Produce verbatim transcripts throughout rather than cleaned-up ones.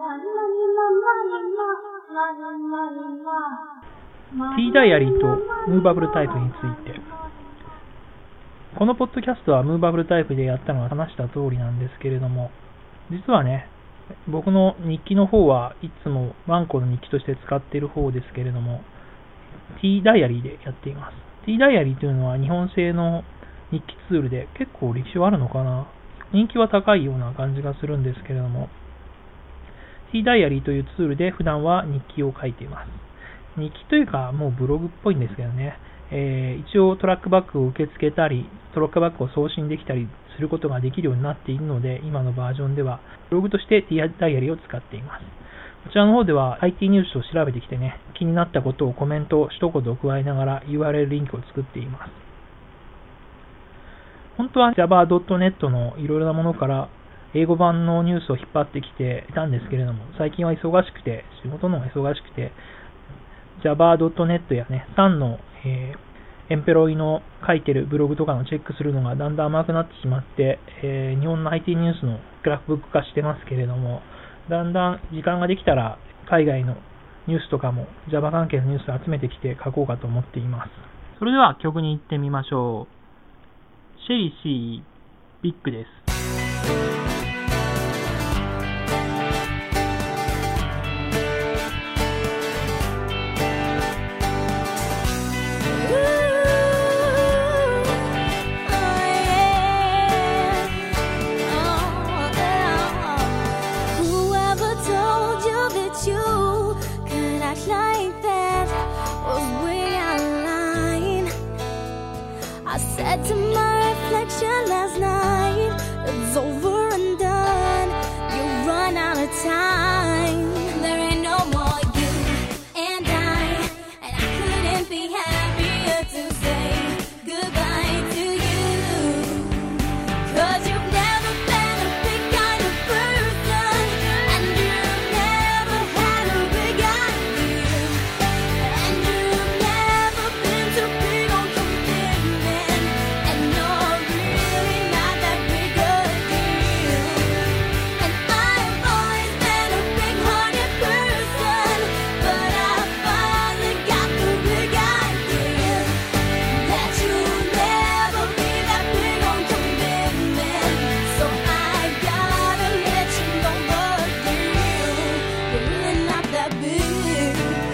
T ダイアリーとムーバブルタイプについて。このポッドキャストはムーバブルタイプでやったのは話した通りなんですけれども、実はね、僕の日記の方はいつもワンコの日記として使っている方ですけれども、T ダイアリーでやっています。T ダイアリーというのは日本製の日記ツールで結構歴史はあるのかな。人気は高いような感じがするんですけれども、T ダイアリーというツールで普段は日記を書いています。日記というかもうブログっぽいんですけどね、えー、一応トラックバックを受け付けたり、トラックバックを送信できたりすることができるようになっているので、今のバージョンではブログとして T ダイアリーを使っています。こちらの方では アイティー ニュースを調べてきてね、気になったことをコメント一言加えながら ユーアールエル リンクを作っています。本当は ジャバドットネット のいろいろなものから英語版のニュースを引っ張ってきていたんですけれども、最近は忙しくて、仕事の方が忙しくて、ジャバドットネット やね、サンの、えー、エンペロイの書いてるブログとかのチェックするのがだんだん甘くなってしまって、えー、日本の アイティー ニュースのグラフブック化してますけれども、だんだん時間ができたら海外のニュースとかも Java 関係のニュースを集めてきて書こうかと思っています。それでは曲に行ってみましょう。シェリシービッグです。 Said to my reflection last night, it's over and done, you run out of time. There ain't no more you and I, and I couldn't be happier to say goodbye to you. Cause you've never been a big kind of person, and you've never had a big idea, and you've never been too big on commitment. You're really not that big a deal. And I've always been a big-hearted person, but I finally got the big idea that you'll never be that big on commitment. So I gotta let you know the deal. You're really not that big.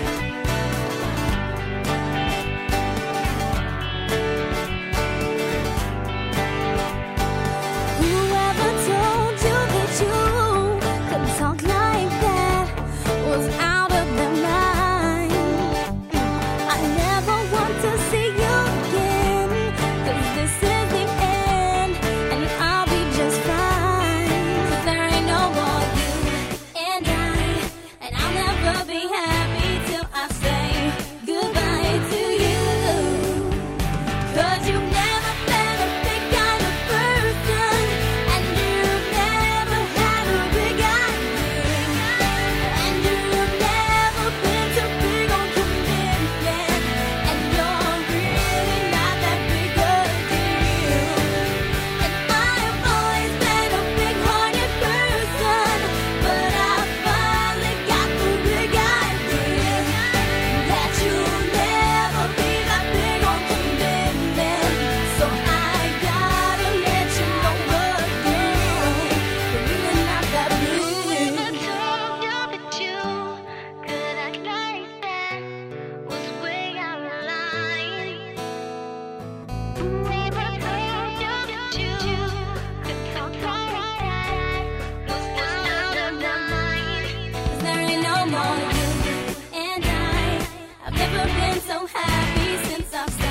Whoever told you that you could talk like that was out of their mind. I never want to see you again, cause this is the end, and I'll be just fine. Cause there ain't no more you and I, and I'll never be happy till I say goodbye to you. Cause you've never been a big kind of person, and you've never had a big idea, and you've never been too big on commitment, and you're really not that big a deal. And I've always been a big-hearted person, but I finally got the big idea that you'll never be that big on commitment. So I gotta let you know the deal. You're really not that big. Whoever told you that you could act like that was way out of line. Whoever told you that you could talk like that was out of their mind. 'Cause there ain't no more you and I. I've never been so happy since I've